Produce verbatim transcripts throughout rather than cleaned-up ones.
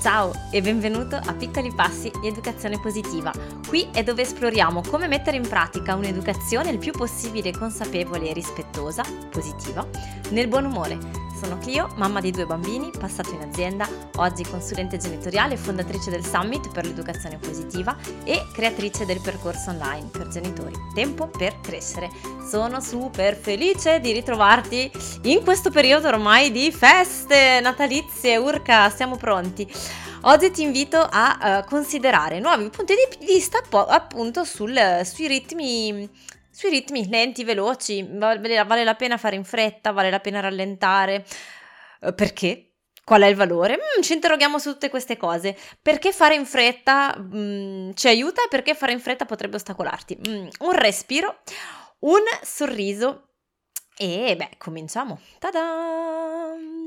Ciao e benvenuto a Piccoli Passi di Educazione Positiva. Qui è dove esploriamo come mettere in pratica un'educazione il più possibile consapevole e rispettosa, positiva, nel buon umore. Sono Clio, mamma di due bambini, passato in azienda, oggi consulente genitoriale e fondatrice del Summit per l'educazione positiva e creatrice del percorso online per genitori Tempo per crescere. Sono super felice di ritrovarti in questo periodo ormai di feste natalizie. Urca, siamo pronti. Oggi ti invito a uh, considerare nuovi punti di vista po- appunto sul, sui ritmi sui ritmi lenti, veloci. Vale, vale la pena fare in fretta, vale la pena rallentare, uh, perché? Qual è il valore? Mm, ci interroghiamo su tutte queste cose. Perché fare in fretta mm, ci aiuta e perché fare in fretta potrebbe ostacolarti? Mm, un respiro, un sorriso e beh, cominciamo. Ta-da!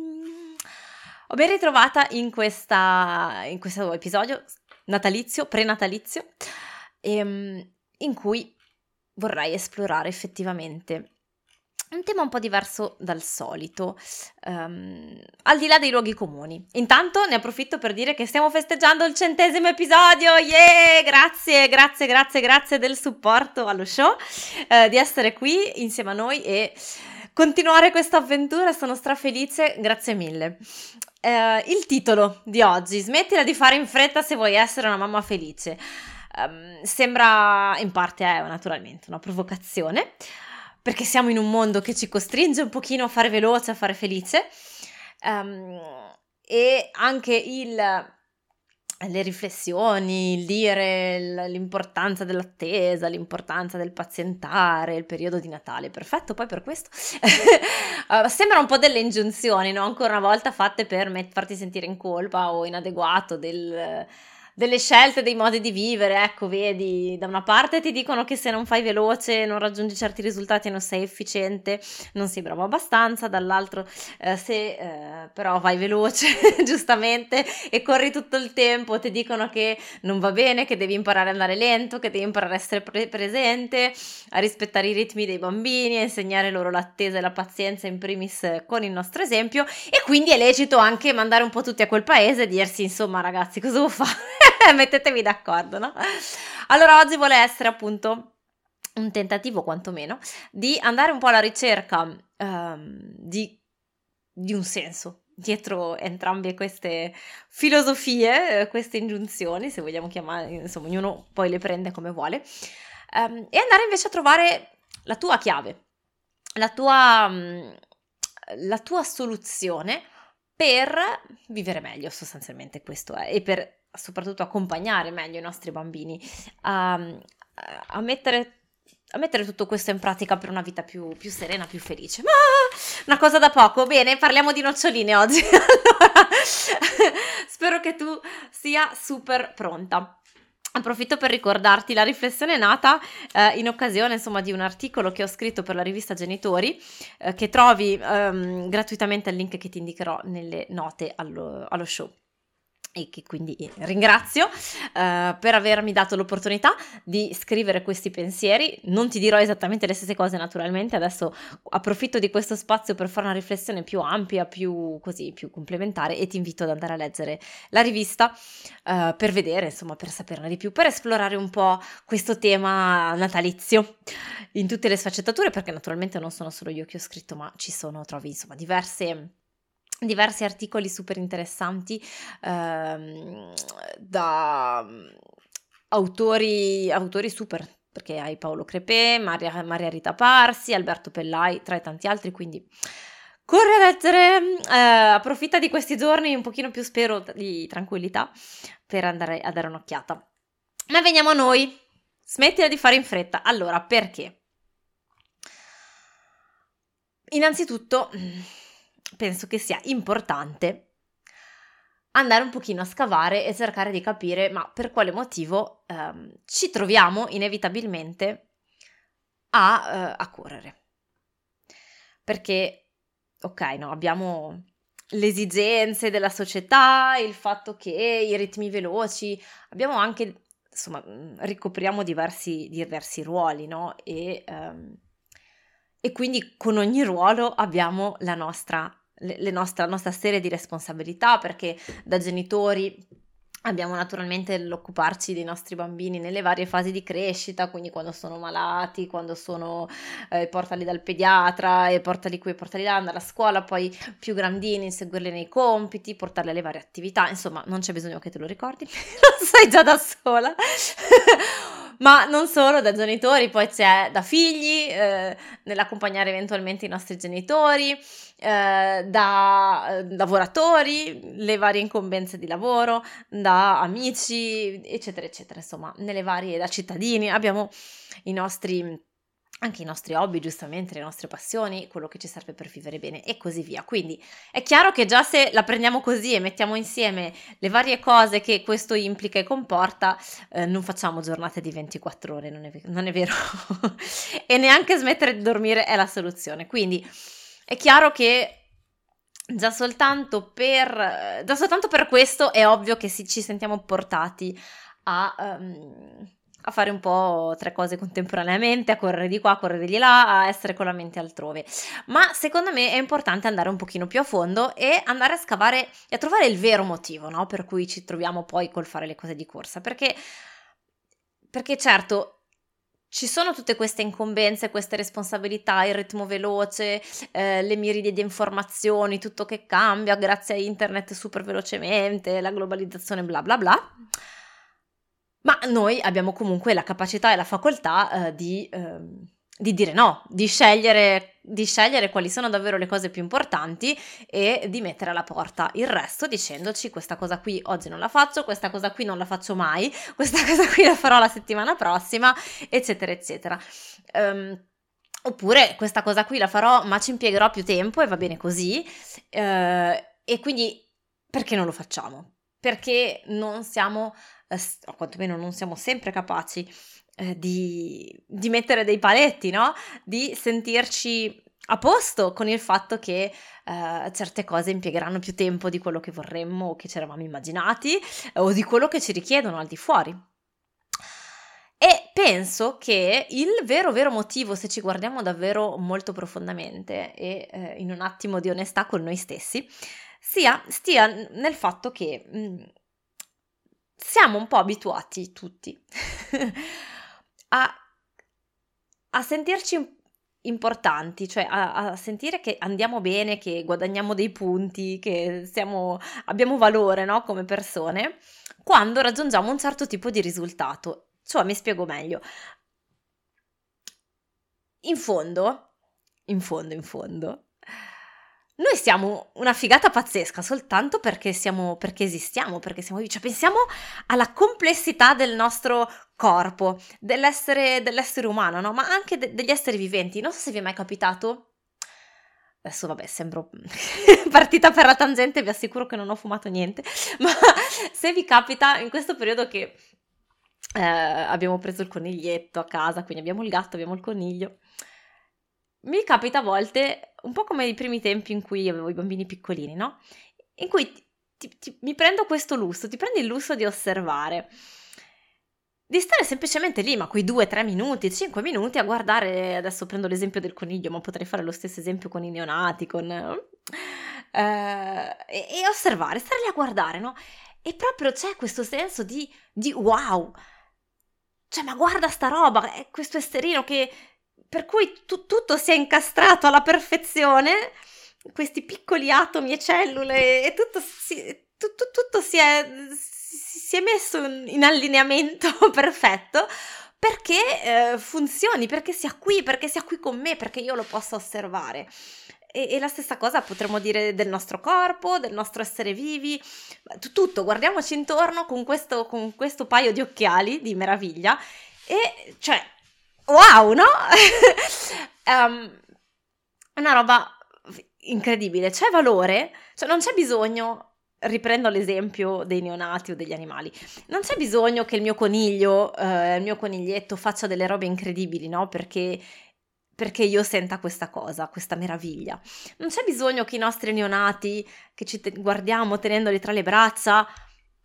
Ho ben ritrovata in, questa, in questo episodio natalizio, prenatalizio, ehm, in cui vorrei esplorare effettivamente un tema un po' diverso dal solito, um, al di là dei luoghi comuni. Intanto ne approfitto per dire che stiamo festeggiando il centesimo episodio, yeah! Grazie, grazie, grazie, grazie del supporto allo show, uh, di essere qui insieme a noi e continuare questa avventura, sono strafelice, grazie mille. Uh, il titolo di oggi, smettila di fare in fretta se vuoi essere una mamma felice, um, sembra in parte è naturalmente una provocazione, perché siamo in un mondo che ci costringe un pochino a fare veloce, a fare felice, um, e anche il, le riflessioni, il dire l'importanza dell'attesa, l'importanza del pazientare, il periodo di Natale, perfetto, poi per questo uh, sembra un po' delle ingiunzioni, no? Ancora una volta fatte per met- farti sentire in colpa o inadeguato del... delle scelte, dei modi di vivere. Ecco, vedi, da una parte ti dicono che se non fai veloce, non raggiungi certi risultati, non sei efficiente, non sei bravo abbastanza, dall'altro eh, se eh, però vai veloce giustamente e corri tutto il tempo, ti dicono che non va bene, che devi imparare ad andare lento, che devi imparare a essere pre- presente, a rispettare i ritmi dei bambini, a insegnare loro l'attesa e la pazienza in primis con il nostro esempio, e quindi è lecito anche mandare un po' tutti a quel paese e dirsi, insomma ragazzi, cosa devo fare? Mettetevi d'accordo, no? Allora oggi vuole essere appunto un tentativo quantomeno di andare un po' alla ricerca um, di, di un senso dietro entrambe queste filosofie, queste ingiunzioni, se vogliamo chiamare, insomma ognuno poi le prende come vuole, um, e andare invece a trovare la tua chiave, la tua, um, la tua soluzione per vivere meglio, sostanzialmente questo è, e per soprattutto accompagnare meglio i nostri bambini a, a, mettere, a mettere tutto questo in pratica per una vita più, più serena, più felice. Ma una cosa da poco, bene, parliamo di noccioline oggi. Allora, spero che tu sia super pronta. Approfitto per ricordarti, la riflessione è nata eh, in occasione insomma di un articolo che ho scritto per la rivista Genitori, eh, che trovi ehm, gratuitamente al link che ti indicherò nelle note allo, allo show. E che quindi ringrazio uh, per avermi dato l'opportunità di scrivere questi pensieri. Non ti dirò esattamente le stesse cose naturalmente, adesso approfitto di questo spazio per fare una riflessione più ampia, più così, più complementare, e ti invito ad andare a leggere la rivista uh, per vedere, insomma, per saperne di più, per esplorare un po' questo tema natalizio in tutte le sfaccettature, perché naturalmente non sono solo io che ho scritto, ma ci sono, trovi insomma diverse diversi articoli super interessanti ehm, da autori, autori super, perché hai Paolo Crepè, Maria, Maria Rita Parsi, Alberto Pellai, tra i tanti altri, quindi corri a leggere, eh, approfitta di questi giorni un pochino più, spero, di tranquillità per andare a dare un'occhiata. Ma veniamo a noi, smettila di fare in fretta. Allora, perché? Innanzitutto penso che sia importante andare un pochino a scavare e cercare di capire ma per quale motivo ehm, ci troviamo inevitabilmente a, eh, a correre. Perché, ok, no, abbiamo le esigenze della società, il fatto che i ritmi veloci, abbiamo anche, insomma, ricopriamo diversi, diversi ruoli, no? E, ehm, e quindi con ogni ruolo abbiamo la nostra le, le nostre, la nostra serie di responsabilità, perché da genitori abbiamo naturalmente l'occuparci dei nostri bambini nelle varie fasi di crescita, quindi quando sono malati, quando sono, eh, portarli dal pediatra e portarli qui e portarli là, andare a scuola, poi più grandini, inseguirli nei compiti, portarli alle varie attività, insomma non c'è bisogno che te lo ricordi, lo sai già da sola. Ma non solo da genitori, poi c'è da figli, eh, nell'accompagnare eventualmente i nostri genitori, eh, da eh, lavoratori, le varie incombenze di lavoro, da amici, eccetera, eccetera, insomma, nelle varie, da cittadini, abbiamo i nostri, anche i nostri hobby, giustamente, le nostre passioni, quello che ci serve per vivere bene e così via. Quindi è chiaro che già se la prendiamo così e mettiamo insieme le varie cose che questo implica e comporta, eh, non facciamo giornate di ventiquattro ore, non è, non è vero? E neanche smettere di dormire è la soluzione. Quindi è chiaro che già soltanto per, già soltanto per questo è ovvio che si, ci sentiamo portati a, um, a fare un po' tre cose contemporaneamente, a correre di qua, a correre di là, a essere con la mente altrove. Ma secondo me è importante andare un pochino più a fondo e andare a scavare e a trovare il vero motivo, no? Per cui ci troviamo poi col fare le cose di corsa. Perché, perché certo, ci sono tutte queste incombenze, queste responsabilità, il ritmo veloce, eh, le miridi di informazioni, tutto che cambia grazie a internet super velocemente, la globalizzazione bla bla bla, ma noi abbiamo comunque la capacità e la facoltà eh, di, eh, di dire no, di scegliere, di scegliere quali sono davvero le cose più importanti e di mettere alla porta il resto dicendoci questa cosa qui oggi non la faccio, questa cosa qui non la faccio mai, questa cosa qui la farò la settimana prossima, eccetera eccetera. Um, oppure questa cosa qui la farò ma ci impiegherò più tempo e va bene così, uh, e quindi perché non lo facciamo? Perché non siamo, eh, o quantomeno non siamo sempre capaci eh, di, di mettere dei paletti, no? Di sentirci a posto con il fatto che eh, certe cose impiegheranno più tempo di quello che vorremmo o che ci eravamo immaginati eh, o di quello che ci richiedono al di fuori. E penso che il vero vero motivo, se ci guardiamo davvero molto profondamente e eh, in un attimo di onestà con noi stessi, sia stia nel fatto che mh, siamo un po' abituati tutti a, a sentirci importanti, cioè a, a sentire che andiamo bene, che guadagniamo dei punti, che siamo, abbiamo valore, no, come persone, quando raggiungiamo un certo tipo di risultato. Cioè, mi spiego meglio. In fondo, in fondo, in fondo, noi siamo una figata pazzesca soltanto perché siamo, perché esistiamo, perché siamo vivi. Cioè, pensiamo alla complessità del nostro corpo, dell'essere, dell'essere umano, no? Ma anche de- degli esseri viventi. Non so se vi è mai capitato. Adesso, vabbè, sembro partita per la tangente, vi assicuro che non ho fumato niente. Ma se vi capita in questo periodo che eh, abbiamo preso il coniglietto a casa, quindi abbiamo il gatto, abbiamo il coniglio. Mi capita a volte, un po' come i primi tempi in cui avevo i bambini piccolini, no? In cui ti, ti, ti, mi prendo questo lusso, ti prendi il lusso di osservare, di stare semplicemente lì, ma quei due, tre minuti, cinque minuti a guardare. Adesso prendo l'esempio del coniglio, ma potrei fare lo stesso esempio con i neonati, con... Eh, e, e osservare, stare lì a guardare, no? E proprio c'è questo senso di, di wow! Cioè, ma guarda sta roba, è questo esterino che... per cui tu, tutto si è incastrato alla perfezione, questi piccoli atomi e cellule, e tutto si, tutto, tutto si, è, si, si è messo in allineamento perfetto perché eh, funzioni, perché sia qui, perché sia qui con me, perché io lo possa osservare. E, e la stessa cosa potremmo dire del nostro corpo, del nostro essere vivi, tutto, guardiamoci intorno con questo, con questo paio di occhiali di meraviglia e cioè... wow, no? um, una roba incredibile, c'è valore, cioè non c'è bisogno, riprendo l'esempio dei neonati o degli animali, non c'è bisogno che il mio coniglio, eh, il mio coniglietto faccia delle robe incredibili, no? Perché, perché io senta questa cosa, questa meraviglia. Non c'è bisogno che i nostri neonati, che ci te- guardiamo tenendoli tra le braccia,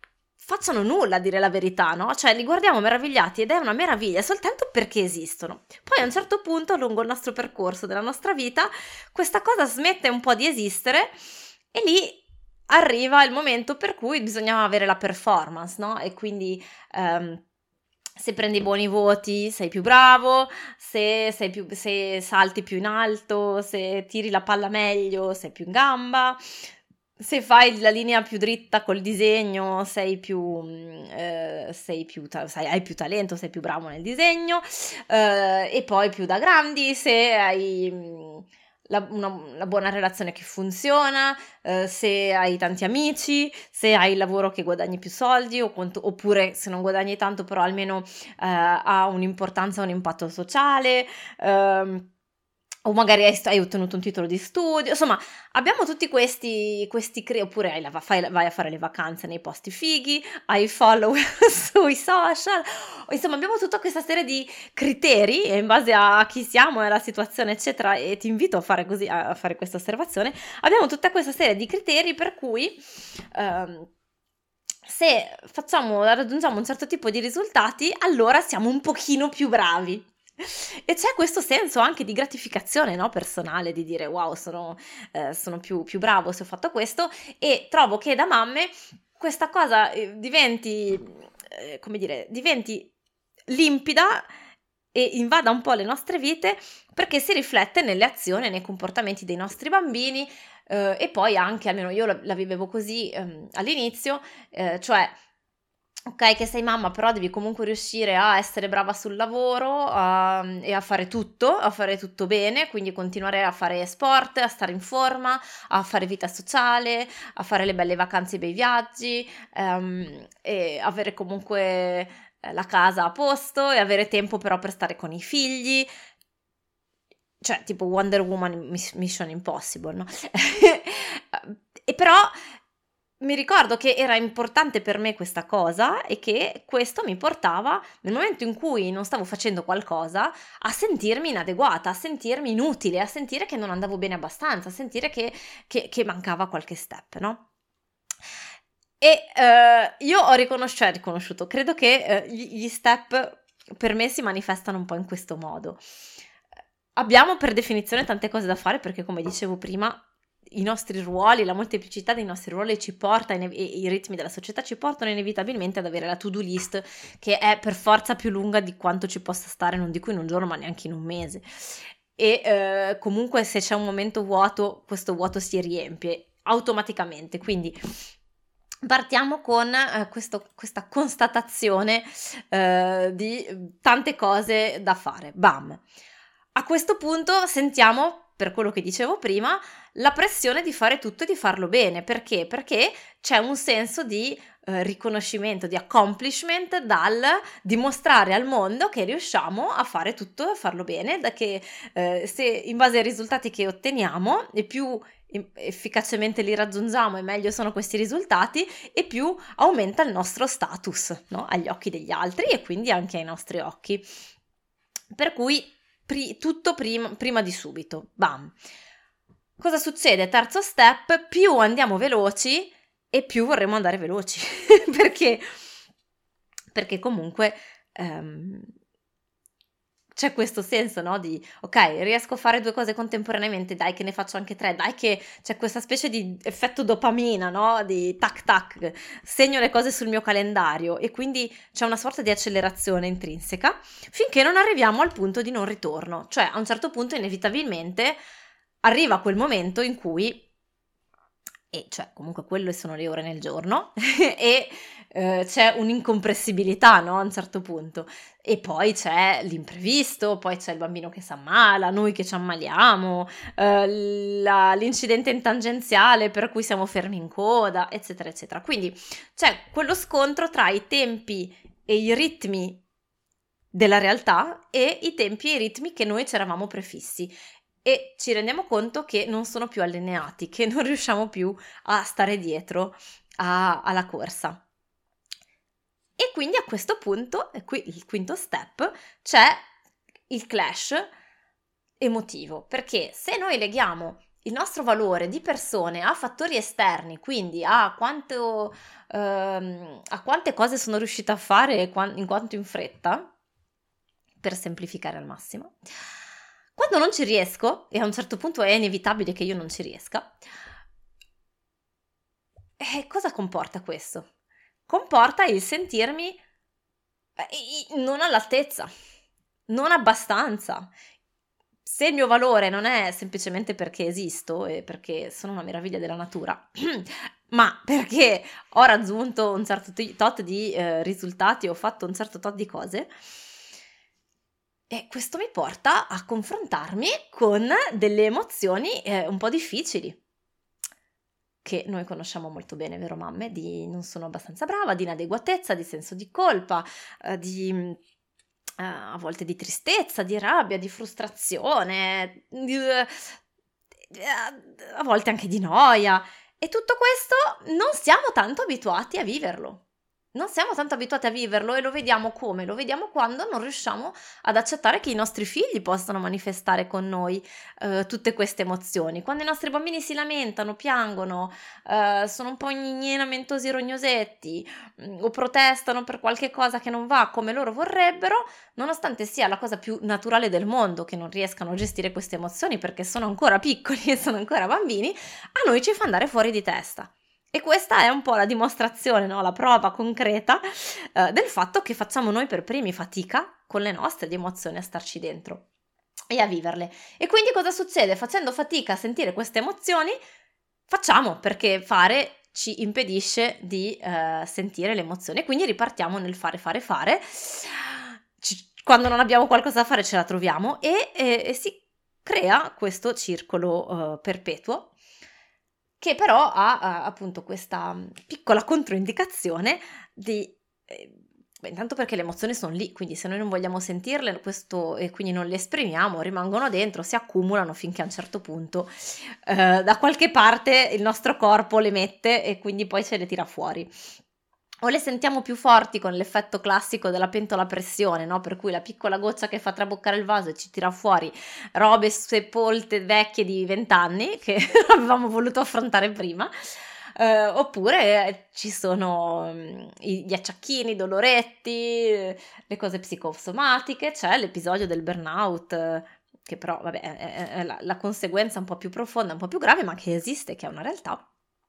facciano nulla a dire la verità, no? Cioè li guardiamo meravigliati ed è una meraviglia soltanto perché esistono. Poi a un certo punto, lungo il nostro percorso della nostra vita, questa cosa smette un po' di esistere e lì arriva il momento per cui bisogna avere la performance, no? E quindi um, se prendi buoni voti sei più bravo, se, sei più, se salti più in alto, se tiri la palla meglio sei più in gamba, se fai la linea più dritta col disegno sei più, eh, sei più ta- sai, hai più talento, sei più bravo nel disegno, eh, e poi più da grandi se hai la, una, la buona relazione che funziona, eh, se hai tanti amici, se hai il lavoro che guadagni più soldi o quanto, oppure se non guadagni tanto però almeno eh, ha un'importanza, un impatto sociale, ehm, o magari hai, hai ottenuto un titolo di studio, insomma abbiamo tutti questi, questi cre- oppure hai la, fai, vai a fare le vacanze nei posti fighi, hai follower sui social, insomma abbiamo tutta questa serie di criteri e in base a chi siamo e alla situazione eccetera, e ti invito a fare così, a fare questa osservazione, abbiamo tutta questa serie di criteri per cui ehm, se facciamo, raggiungiamo un certo tipo di risultati allora siamo un pochino più bravi. E c'è questo senso anche di gratificazione, no, personale, di dire wow, sono, eh, sono più, più bravo se ho fatto questo, e trovo che da mamme questa cosa eh, diventi, eh, come dire, diventi limpida e invada un po' le nostre vite perché si riflette nelle azioni, nei comportamenti dei nostri bambini, eh, e poi anche, almeno io la, la vivevo così ehm, all'inizio, eh, cioè ok che sei mamma, però devi comunque riuscire a essere brava sul lavoro a- e a fare tutto, a fare tutto bene, quindi continuare a fare sport, a stare in forma, a fare vita sociale, a fare le belle vacanze e i bei viaggi, ehm, e avere comunque eh, la casa a posto e avere tempo però per stare con i figli. Cioè, tipo Wonder Woman Miss- Mission Impossible, no? E però mi ricordo che era importante per me questa cosa e che questo mi portava, nel momento in cui non stavo facendo qualcosa, a sentirmi inadeguata, a sentirmi inutile, a sentire che non andavo bene abbastanza, a sentire che, che, che mancava qualche step, no? E eh, io ho riconosciuto, cioè, riconosciuto, credo che eh, gli, gli step per me si manifestano un po' in questo modo. Abbiamo per definizione tante cose da fare perché, come dicevo prima, i nostri ruoli, la molteplicità dei nostri ruoli ci porta, e i ritmi della società ci portano inevitabilmente ad avere la to-do list che è per forza più lunga di quanto ci possa stare, non dico in un giorno ma neanche in un mese, e eh, comunque se c'è un momento vuoto questo vuoto si riempie automaticamente, quindi partiamo con eh, questo, questa constatazione eh, di tante cose da fare. Bam! A questo punto sentiamo, per quello che dicevo prima, la pressione di fare tutto e di farlo bene. Perché? Perché c'è un senso di eh, riconoscimento, di accomplishment dal dimostrare al mondo che riusciamo a fare tutto e a farlo bene, da che eh, se in base ai risultati che otteniamo e più efficacemente li raggiungiamo e meglio sono questi risultati e più aumenta il nostro status, no? Agli occhi degli altri e quindi anche ai nostri occhi. Per cui pri- tutto prima, prima di subito, bam. Cosa succede? Terzo step, più andiamo veloci e più vorremmo andare veloci, perché, perché comunque ehm, c'è questo senso, no? Di, ok, riesco a fare due cose contemporaneamente, dai che ne faccio anche tre, dai che c'è questa specie di effetto dopamina, no? Di tac tac, segno le cose sul mio calendario e quindi c'è una sorta di accelerazione intrinseca finché non arriviamo al punto di non ritorno. Cioè, a un certo punto inevitabilmente arriva quel momento in cui, e cioè comunque quelle sono le ore nel giorno, e eh, c'è un'incompressibilità, no? A un certo punto. E poi c'è l'imprevisto, poi c'è il bambino che si ammala, noi che ci ammaliamo, eh, la, l'incidente in tangenziale per cui siamo fermi in coda, eccetera, eccetera. Quindi c'è quello scontro tra i tempi e i ritmi della realtà e i tempi e i ritmi che noi ci eravamo prefissi. E ci rendiamo conto che non sono più allineati, che non riusciamo più a stare dietro a, alla corsa. E quindi a questo punto, e qui il quinto step, c'è il clash emotivo, perché se noi leghiamo il nostro valore di persone a fattori esterni, quindi a quanto, ehm, a quante cose sono riuscita a fare in quanto in fretta, per semplificare al massimo, quando non ci riesco, e a un certo punto è inevitabile che io non ci riesca, eh, cosa comporta questo? Comporta il sentirmi eh, non all'altezza, non abbastanza. Se il mio valore non è semplicemente perché esisto e perché sono una meraviglia della natura, ma perché ho raggiunto un certo tot di eh, risultati, ho fatto un certo tot di cose, e questo mi porta a confrontarmi con delle emozioni eh, un po' difficili, che noi conosciamo molto bene, vero mamme? Di non sono abbastanza brava, di inadeguatezza, di senso di colpa, eh, di a volte di tristezza, di rabbia, di frustrazione, di, a volte anche di noia, e tutto questo non siamo tanto abituati a viverlo. Non siamo tanto abituati a viverlo e lo vediamo come? Lo vediamo quando non riusciamo ad accettare che i nostri figli possano manifestare con noi eh, tutte queste emozioni. Quando i nostri bambini si lamentano, piangono, eh, sono un po' gnigneni, lamentosi, rognosetti mh, o protestano per qualche cosa che non va come loro vorrebbero, nonostante sia la cosa più naturale del mondo che non riescano a gestire queste emozioni perché sono ancora piccoli e sono ancora bambini, a noi ci fa andare fuori di testa. E questa è un po' la dimostrazione, no? La prova concreta eh, del fatto che facciamo noi per primi fatica con le nostre di emozioni a starci dentro e a viverle. E quindi cosa succede? Facendo fatica a sentire queste emozioni, facciamo, perché fare ci impedisce di eh, sentire le emozioni, quindi ripartiamo nel fare, fare, fare. Ci, quando non abbiamo qualcosa da fare ce la troviamo e, e, e si crea questo circolo eh, perpetuo, che però ha, ha appunto questa piccola controindicazione di... Eh, beh, intanto perché le emozioni sono lì, quindi se noi non vogliamo sentirle questo, e quindi non le esprimiamo, rimangono dentro, si accumulano finché a un certo punto eh, da qualche parte il nostro corpo le mette e quindi poi ce le tira fuori. O le sentiamo più forti con l'effetto classico della pentola a pressione, no? Per cui la piccola goccia che fa traboccare il vaso e ci tira fuori robe sepolte vecchie di vent'anni che avevamo voluto affrontare prima. Eh, oppure eh, ci sono mm, gli acciacchini, i doloretti, eh, le cose psicosomatiche, c'è l'episodio del burnout, eh, che però vabbè, è, è la, la conseguenza un po' più profonda, un po' più grave, ma che esiste, che è una realtà.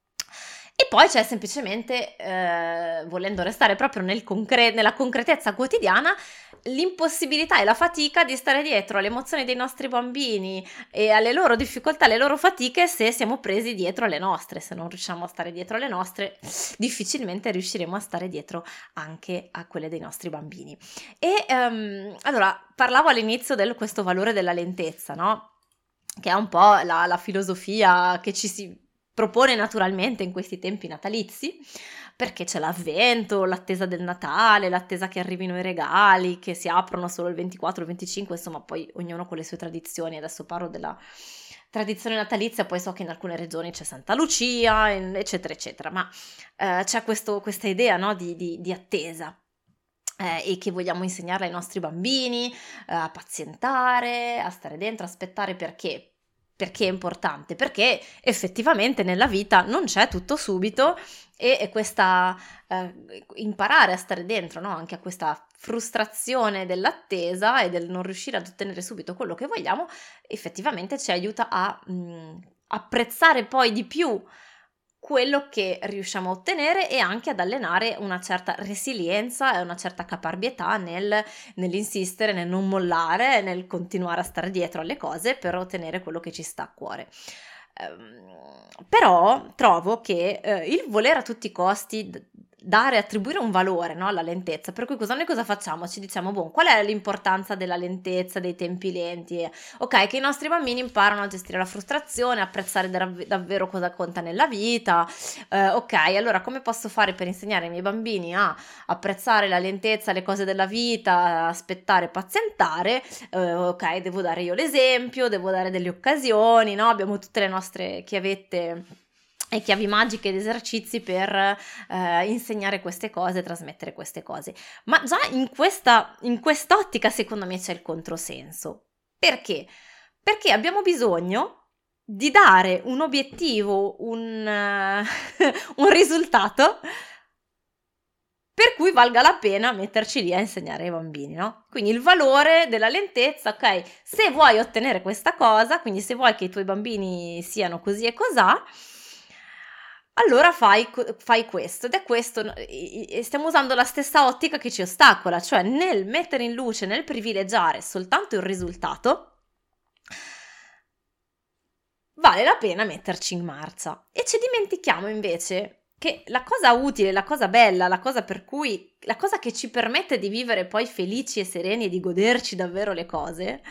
E poi c'è semplicemente, eh, volendo restare proprio nel concre- nella concretezza quotidiana, l'impossibilità e la fatica di stare dietro alle emozioni dei nostri bambini e alle loro difficoltà, alle loro fatiche, se siamo presi dietro alle nostre. Se non riusciamo a stare dietro alle nostre, difficilmente riusciremo a stare dietro anche a quelle dei nostri bambini. E um, allora, parlavo all'inizio di questo valore della lentezza, no? Che è un po' la, la filosofia che ci si propone naturalmente in questi tempi natalizi, perché c'è l'avvento, l'attesa del Natale, l'attesa che arrivino i regali, che si aprono solo il ventiquattro, il venticinque, insomma poi ognuno con le sue tradizioni. Adesso parlo della tradizione natalizia, poi so che in alcune regioni c'è Santa Lucia, eccetera eccetera, ma eh, c'è questo, questa idea, no, di, di, di attesa. Eh, e che vogliamo insegnarle ai nostri bambini, eh, a pazientare, a stare dentro, aspettare. Perché? Perché è importante? Perché effettivamente nella vita non c'è tutto subito e, e questa eh, imparare a stare dentro, no? Anche a questa frustrazione dell'attesa e del non riuscire ad ottenere subito quello che vogliamo, effettivamente ci aiuta a mh, apprezzare poi di più quello che riusciamo a ottenere e anche ad allenare una certa resilienza e una certa caparbietà nel, nell'insistere, nel non mollare, nel continuare a stare dietro alle cose per ottenere quello che ci sta a cuore. Um, però trovo che uh, il voler a tutti i costi d- dare, attribuire un valore, no, alla lentezza, per cui cosa, noi cosa facciamo? Ci diciamo, boh, qual è l'importanza della lentezza, dei tempi lenti? Ok, che i nostri bambini imparano a gestire la frustrazione, apprezzare dav- davvero cosa conta nella vita. Eh, ok, allora come posso fare per insegnare ai miei bambini a apprezzare la lentezza, le cose della vita, aspettare, pazientare? Eh, ok, devo dare io l'esempio, devo dare delle occasioni, no? Abbiamo tutte le nostre chiavette e chiavi magiche ed esercizi per eh, insegnare queste cose, trasmettere queste cose. Ma già in questa in quest'ottica secondo me c'è il controsenso. Perché? Perché abbiamo bisogno di dare un obiettivo, un, uh, un risultato per cui valga la pena metterci lì a insegnare ai bambini, no? Quindi il valore della lentezza, ok? Se vuoi ottenere questa cosa, quindi se vuoi che i tuoi bambini siano così e cosà, allora fai, fai questo. Ed è questo, stiamo usando la stessa ottica che ci ostacola, cioè nel mettere in luce, nel privilegiare soltanto il risultato, vale la pena metterci in marcia. E ci dimentichiamo invece che la cosa utile, la cosa bella, la cosa per cui, la cosa che ci permette di vivere poi felici e sereni e di goderci davvero le cose,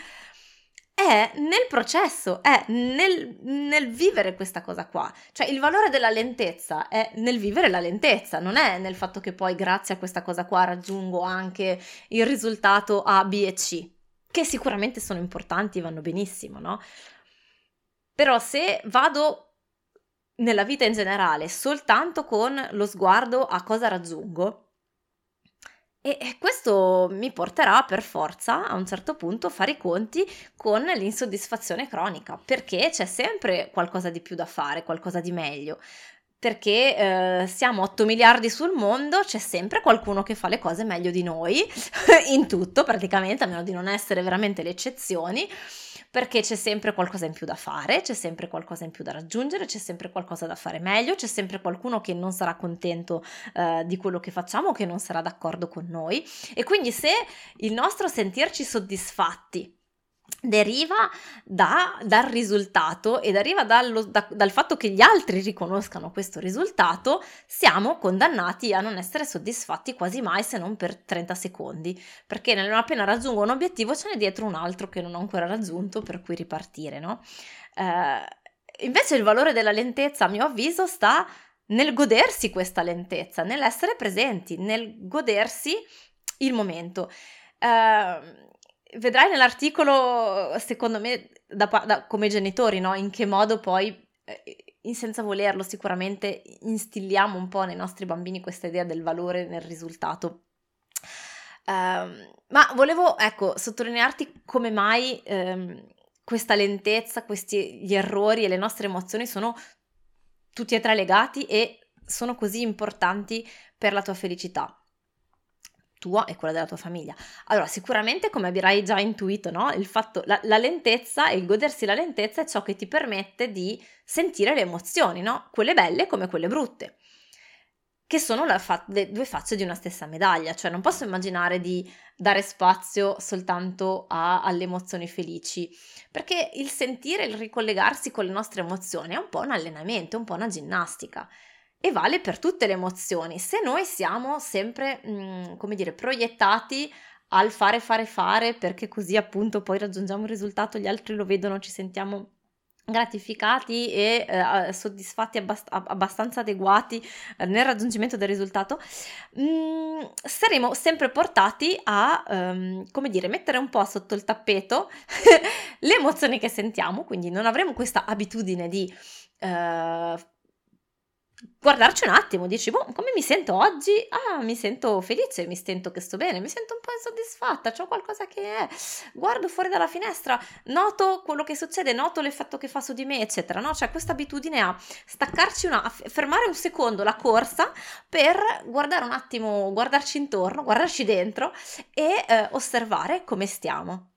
è nel processo, è nel, nel vivere questa cosa qua. Cioè il valore della lentezza è nel vivere la lentezza, non è nel fatto che poi grazie a questa cosa qua raggiungo anche il risultato A, B e C, che sicuramente sono importanti, vanno benissimo, no? Però se vado nella vita in generale soltanto con lo sguardo a cosa raggiungo, e questo mi porterà per forza a un certo punto a fare i conti con l'insoddisfazione cronica, perché c'è sempre qualcosa di più da fare, qualcosa di meglio, perché eh, siamo otto miliardi sul mondo, c'è sempre qualcuno che fa le cose meglio di noi, in tutto praticamente, a meno di non essere veramente le eccezioni, perché c'è sempre qualcosa in più da fare, c'è sempre qualcosa in più da raggiungere, c'è sempre qualcosa da fare meglio, c'è sempre qualcuno che non sarà contento eh, di quello che facciamo, che non sarà d'accordo con noi. E quindi se il nostro sentirci soddisfatti deriva da, dal risultato e deriva dallo, da, dal fatto che gli altri riconoscano questo risultato, siamo condannati a non essere soddisfatti quasi mai, se non per trenta secondi, perché non appena raggiungo un obiettivo ce n'è dietro un altro che non ho ancora raggiunto, per cui ripartire, no? Eh, invece il valore della lentezza, a mio avviso, sta nel godersi questa lentezza, nell'essere presenti, nel godersi il momento. Eh, Vedrai nell'articolo, secondo me, da, da, come genitori, no? In che modo poi, eh, senza volerlo, sicuramente instilliamo un po' nei nostri bambini questa idea del valore nel risultato. Um, ma volevo, ecco, sottolinearti come mai um, questa lentezza, questi gli errori e le nostre emozioni sono tutti e tre legati e sono così importanti per la tua felicità, tua e quella della tua famiglia. Allora, sicuramente, come avrai già intuito, no? Il fatto, la, la lentezza e il godersi la lentezza è ciò che ti permette di sentire le emozioni, no? Quelle belle come quelle brutte, che sono la fa- le due facce di una stessa medaglia. Cioè non posso immaginare di dare spazio soltanto a, alle emozioni felici, perché il sentire, il ricollegarsi con le nostre emozioni è un po' un allenamento, è un po' una ginnastica. E vale per tutte le emozioni. Se noi siamo sempre, mh, come dire, proiettati al fare, fare, fare, perché così appunto poi raggiungiamo il risultato, gli altri lo vedono, ci sentiamo gratificati e eh, soddisfatti, abbast- abbastanza adeguati eh, nel raggiungimento del risultato, mh, saremo sempre portati a, um, come dire, mettere un po' sotto il tappeto le emozioni che sentiamo, quindi non avremo questa abitudine di uh, guardarci un attimo, dici, boh, come mi sento oggi? Ah, mi sento felice, mi sento che sto bene, mi sento un po' insoddisfatta, c'ho qualcosa che è, guardo fuori dalla finestra, noto quello che succede, noto l'effetto che fa su di me, eccetera, no? C'è questa abitudine a staccarci una, a fermare un secondo la corsa per guardare un attimo, guardarci intorno, guardarci dentro e eh, osservare come stiamo.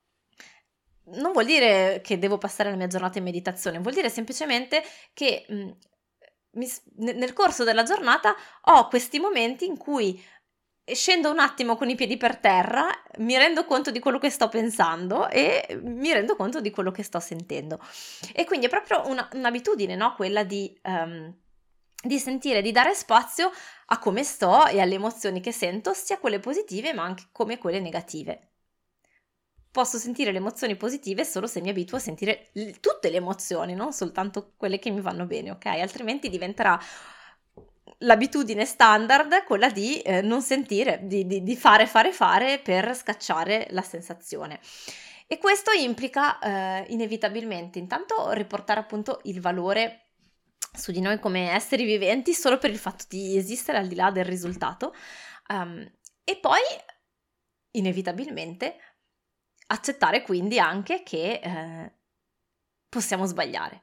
Non vuol dire che devo passare la mia giornata in meditazione, vuol dire semplicemente che mh, Mi, nel corso della giornata ho questi momenti in cui scendo un attimo con i piedi per terra, mi rendo conto di quello che sto pensando e mi rendo conto di quello che sto sentendo. E quindi è proprio una, un'abitudine, no? Quella di, um, di sentire, di dare spazio a come sto e alle emozioni che sento, sia quelle positive ma anche come quelle negative. Posso sentire le emozioni positive solo se mi abituo a sentire l- tutte le emozioni, non soltanto quelle che mi vanno bene, ok? Altrimenti diventerà l'abitudine standard quella di eh, non sentire, di, di, di fare, fare, fare per scacciare la sensazione. E questo implica eh, inevitabilmente, intanto, riportare appunto il valore su di noi come esseri viventi solo per il fatto di esistere al di là del risultato, um, e poi inevitabilmente accettare quindi anche che eh, possiamo sbagliare,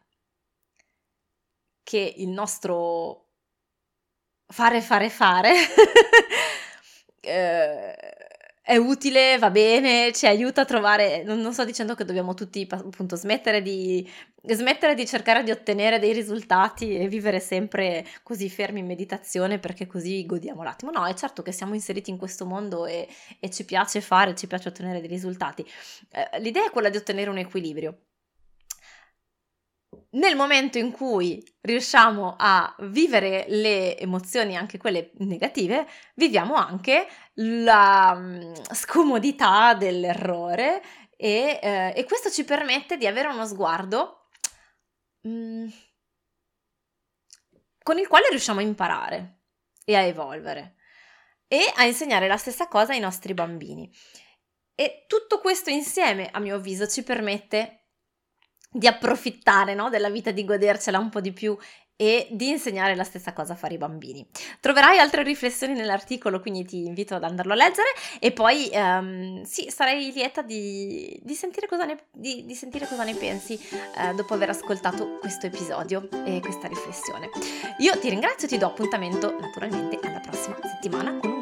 che il nostro fare, fare, fare eh, è utile, va bene, ci aiuta a trovare, non, non sto dicendo che dobbiamo tutti appunto smettere di, smettere di cercare di ottenere dei risultati e vivere sempre così fermi in meditazione perché così godiamo l'attimo. No, è certo che siamo inseriti in questo mondo e, e ci piace fare, ci piace ottenere dei risultati. Eh, l'idea è quella di ottenere un equilibrio. Nel momento in cui riusciamo a vivere le emozioni, anche quelle negative, viviamo anche la um, scomodità dell'errore e, eh, e questo ci permette di avere uno sguardo um, con il quale riusciamo a imparare e a evolvere e a insegnare la stessa cosa ai nostri bambini. E tutto questo insieme, a mio avviso, ci permette di approfittare, no, della vita, di godercela un po' di più e di insegnare la stessa cosa a fare i bambini. Troverai altre riflessioni nell'articolo, quindi ti invito ad andarlo a leggere e poi um, sì, sarei lieta di, di, sentire, cosa ne, di, di sentire cosa ne pensi uh, dopo aver ascoltato questo episodio e questa riflessione. Io ti ringrazio e ti do appuntamento naturalmente alla prossima settimana con un